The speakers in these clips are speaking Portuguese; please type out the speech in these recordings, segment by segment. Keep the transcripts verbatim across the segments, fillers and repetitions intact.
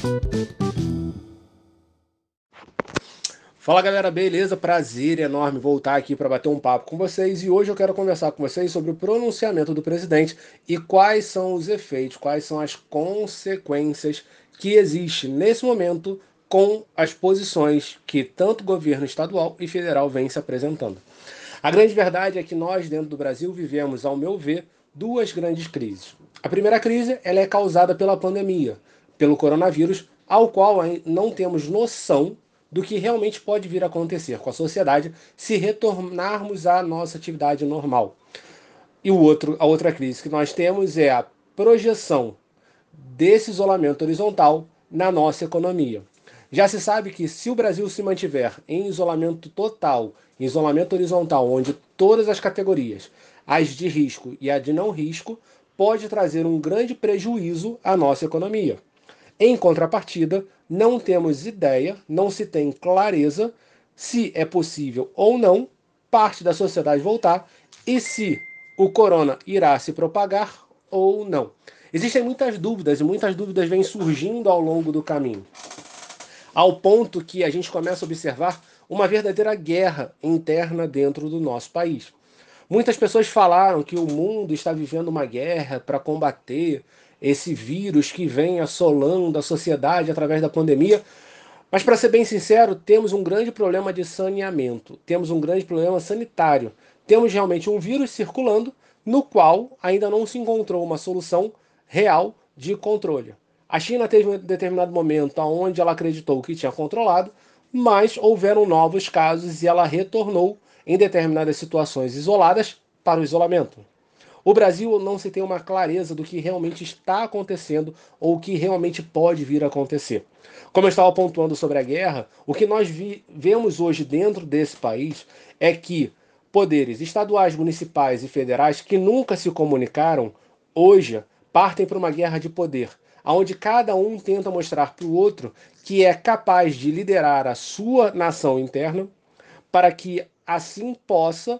Fala galera, beleza? Prazer enorme voltar aqui para bater um papo com vocês e hoje eu quero conversar com vocês sobre o pronunciamento do presidente e quais são os efeitos, quais são as consequências que existem nesse momento com as posições que tanto o governo estadual e federal vêm se apresentando. A grande verdade é que nós dentro do Brasil vivemos, ao meu ver, duas grandes crises. A primeira crise ela é causada pela pandemia, pelo coronavírus, ao qual não temos noção do que realmente pode vir a acontecer com a sociedade se retornarmos à nossa atividade normal. E o outro, a outra crise que nós temos é a projeção desse isolamento horizontal na nossa economia. Já se sabe que se o Brasil se mantiver em isolamento total, em isolamento horizontal, onde todas as categorias, as de risco e a de não risco, pode trazer um grande prejuízo à nossa economia. Em contrapartida, não temos ideia, não se tem clareza se é possível ou não parte da sociedade voltar e se o corona irá se propagar ou não. Existem muitas dúvidas e muitas dúvidas vêm surgindo ao longo do caminho, ao ponto que a gente começa a observar uma verdadeira guerra interna dentro do nosso país. Muitas pessoas falaram que o mundo está vivendo uma guerra para combater esse vírus que vem assolando a sociedade através da pandemia. Mas, para ser bem sincero, temos um grande problema de saneamento, temos um grande problema sanitário. Temos realmente um vírus circulando no qual ainda não se encontrou uma solução real de controle. A China teve um determinado momento onde ela acreditou que tinha controlado, mas houveram novos casos e ela retornou em determinadas situações isoladas para o isolamento. O Brasil não se tem uma clareza do que realmente está acontecendo ou o que realmente pode vir a acontecer. Como eu estava pontuando sobre a guerra, o que nós vi, vemos hoje dentro desse país é que poderes estaduais, municipais e federais que nunca se comunicaram, hoje partem para uma guerra de poder, onde cada um tenta mostrar para o outro que é capaz de liderar a sua nação interna para que assim possa,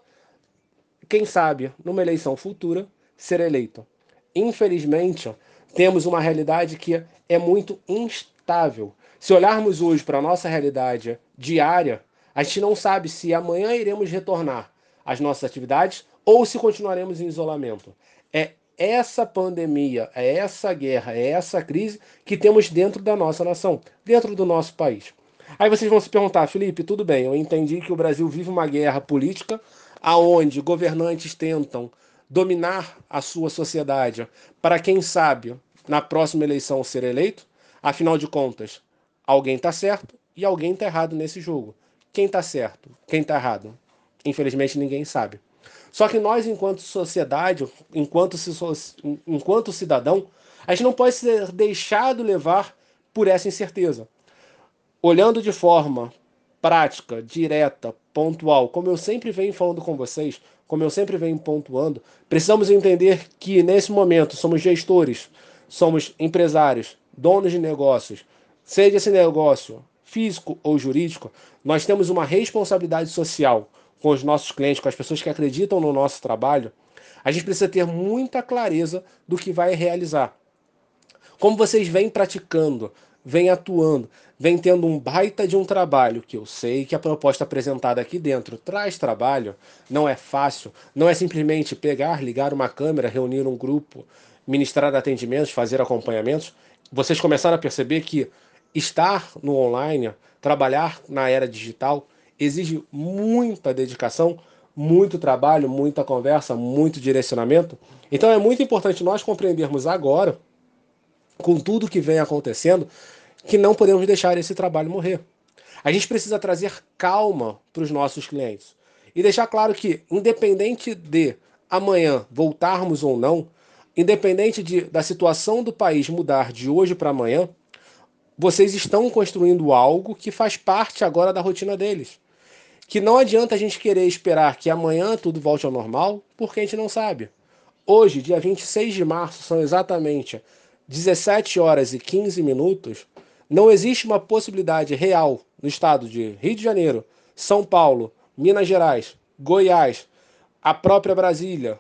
quem sabe, numa eleição futura, ser eleito. Infelizmente, temos uma realidade que é muito instável. Se olharmos hoje para a nossa realidade diária, a gente não sabe se amanhã iremos retornar às nossas atividades ou se continuaremos em isolamento. É essa pandemia, é essa guerra, é essa crise que temos dentro da nossa nação, dentro do nosso país. Aí vocês vão se perguntar, Felipe, tudo bem, eu entendi que o Brasil vive uma guerra política aonde governantes tentam dominar a sua sociedade para, quem sabe, na próxima eleição ser eleito. Afinal de contas, alguém está certo e alguém está errado nesse jogo. Quem está certo? Quem está errado? Infelizmente ninguém sabe. Só que nós, enquanto sociedade, enquanto, enquanto cidadão, a gente não pode ser deixado levar por essa incerteza. Olhando de forma prática, direta, pontual, como eu sempre venho falando com vocês, como eu sempre venho pontuando, precisamos entender que nesse momento somos gestores, somos empresários, donos de negócios, seja esse negócio físico ou jurídico, nós temos uma responsabilidade social com os nossos clientes, com as pessoas que acreditam no nosso trabalho. A gente precisa ter muita clareza do que vai realizar. Como vocês vêm praticando, vêm atuando, vêm tendo um baita de um trabalho, que eu sei que a proposta apresentada aqui dentro traz trabalho, não é fácil, não é simplesmente pegar, ligar uma câmera, reunir um grupo, ministrar atendimentos, fazer acompanhamentos. Vocês começaram a perceber que estar no online, trabalhar na era digital, exige muita dedicação, muito trabalho, muita conversa, muito direcionamento. Então é muito importante nós compreendermos agora, com tudo que vem acontecendo, que não podemos deixar esse trabalho morrer. A gente precisa trazer calma para os nossos clientes e deixar claro que, independente de amanhã voltarmos ou não, independente de, da situação do país mudar de hoje para amanhã, vocês estão construindo algo que faz parte agora da rotina deles. Que não adianta a gente querer esperar que amanhã tudo volte ao normal, porque a gente não sabe. Hoje, dia vinte e seis de março, são exatamente dezessete horas e quinze minutos. Não existe uma possibilidade real no estado de Rio de Janeiro, São Paulo, Minas Gerais, Goiás, a própria Brasília,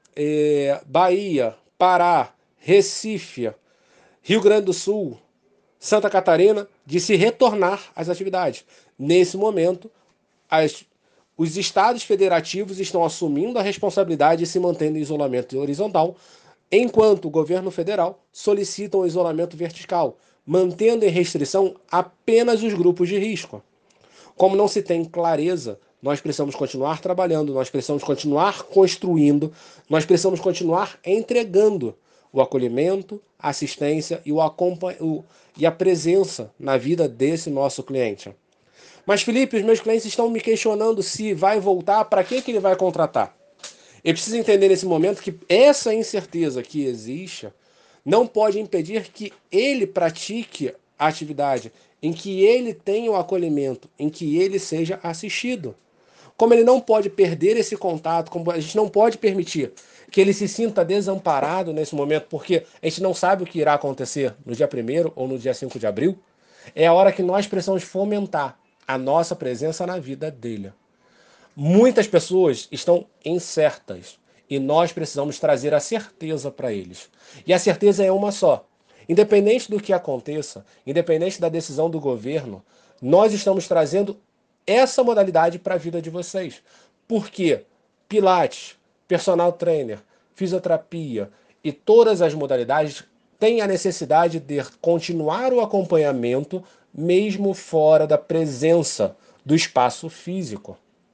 eh, Bahia, Pará, Recife, Rio Grande do Sul, Santa Catarina de se retornar às atividades. Nesse momento, as, os estados federativos estão assumindo a responsabilidade e se mantendo em isolamento horizontal, enquanto o governo federal solicita um isolamento vertical, mantendo em restrição apenas os grupos de risco. Como não se tem clareza, nós precisamos continuar trabalhando, nós precisamos continuar construindo, nós precisamos continuar entregando o acolhimento, a assistência e, o acompanha... e a presença na vida desse nosso cliente. Mas, Felipe, os meus clientes estão me questionando se vai voltar, para que, que ele vai contratar? Eu preciso entender nesse momento que essa incerteza que existe não pode impedir que ele pratique a atividade, em que ele tenha o acolhimento, em que ele seja assistido. Como ele não pode perder esse contato, como a gente não pode permitir que ele se sinta desamparado nesse momento, porque a gente não sabe o que irá acontecer no dia primeiro ou no dia cinco de abril, é a hora que nós precisamos fomentar a nossa presença na vida dele. Muitas pessoas estão incertas e nós precisamos trazer a certeza para eles. E a certeza é uma só. Independente do que aconteça, independente da decisão do governo, nós estamos trazendo essa modalidade para a vida de vocês. Porque Pilates, personal trainer, fisioterapia e todas as modalidades têm a necessidade de continuar o acompanhamento mesmo fora da presença do espaço físico.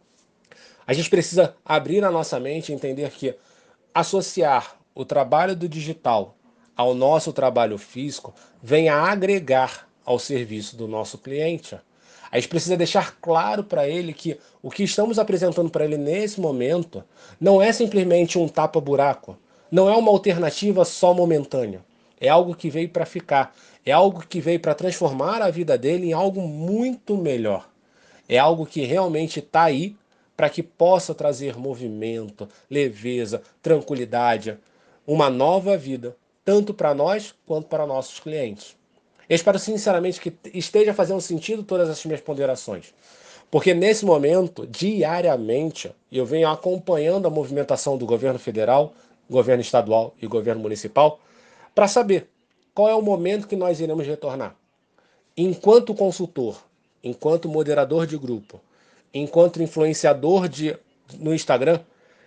A gente precisa abrir a nossa mente e entender que associar o trabalho do digital ao nosso trabalho físico vem a agregar ao serviço do nosso cliente. A gente precisa deixar claro para ele que o que estamos apresentando para ele nesse momento não é simplesmente um tapa-buraco, não é uma alternativa só momentânea. É algo que veio para ficar, é algo que veio para transformar a vida dele em algo muito melhor. É algo que realmente está aí para que possa trazer movimento, leveza, tranquilidade, uma nova vida, tanto para nós quanto para nossos clientes. Eu espero sinceramente que esteja fazendo sentido todas as minhas ponderações, porque nesse momento, diariamente, eu venho acompanhando a movimentação do governo federal, governo estadual e governo municipal para saber qual é o momento que nós iremos retornar. Enquanto consultor, enquanto moderador de grupo, enquanto influenciador de, no Instagram,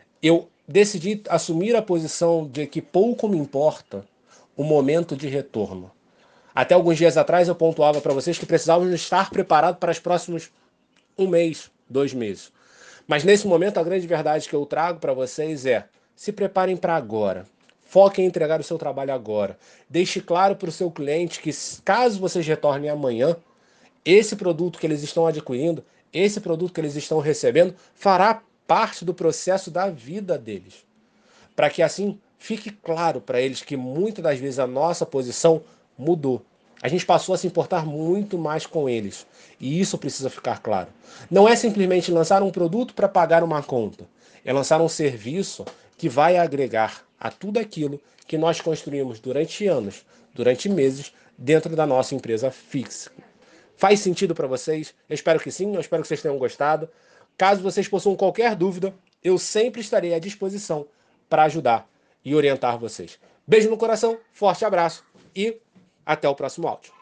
eu decidi assumir a posição de que pouco me importa o momento de retorno. Até alguns dias atrás eu pontuava para vocês que precisávamos estar preparados para os próximos um mês, dois meses. Mas nesse momento a grande verdade que eu trago para vocês é: se preparem para agora. Foquem em entregar o seu trabalho agora. Deixe claro para o seu cliente que caso vocês retornem amanhã, esse produto que eles estão adquirindo, esse produto que eles estão recebendo, fará parte do processo da vida deles. Para que assim fique claro para eles que muitas das vezes a nossa posição mudou. A gente passou a se importar muito mais com eles. E isso precisa ficar claro. Não é simplesmente lançar um produto para pagar uma conta. É lançar um serviço que vai agregar a tudo aquilo que nós construímos durante anos, durante meses, dentro da nossa empresa fixa. Faz sentido para vocês? Eu espero que sim, eu espero que vocês tenham gostado. Caso vocês possuam qualquer dúvida, eu sempre estarei à disposição para ajudar e orientar vocês. Beijo no coração, forte abraço e até o próximo áudio.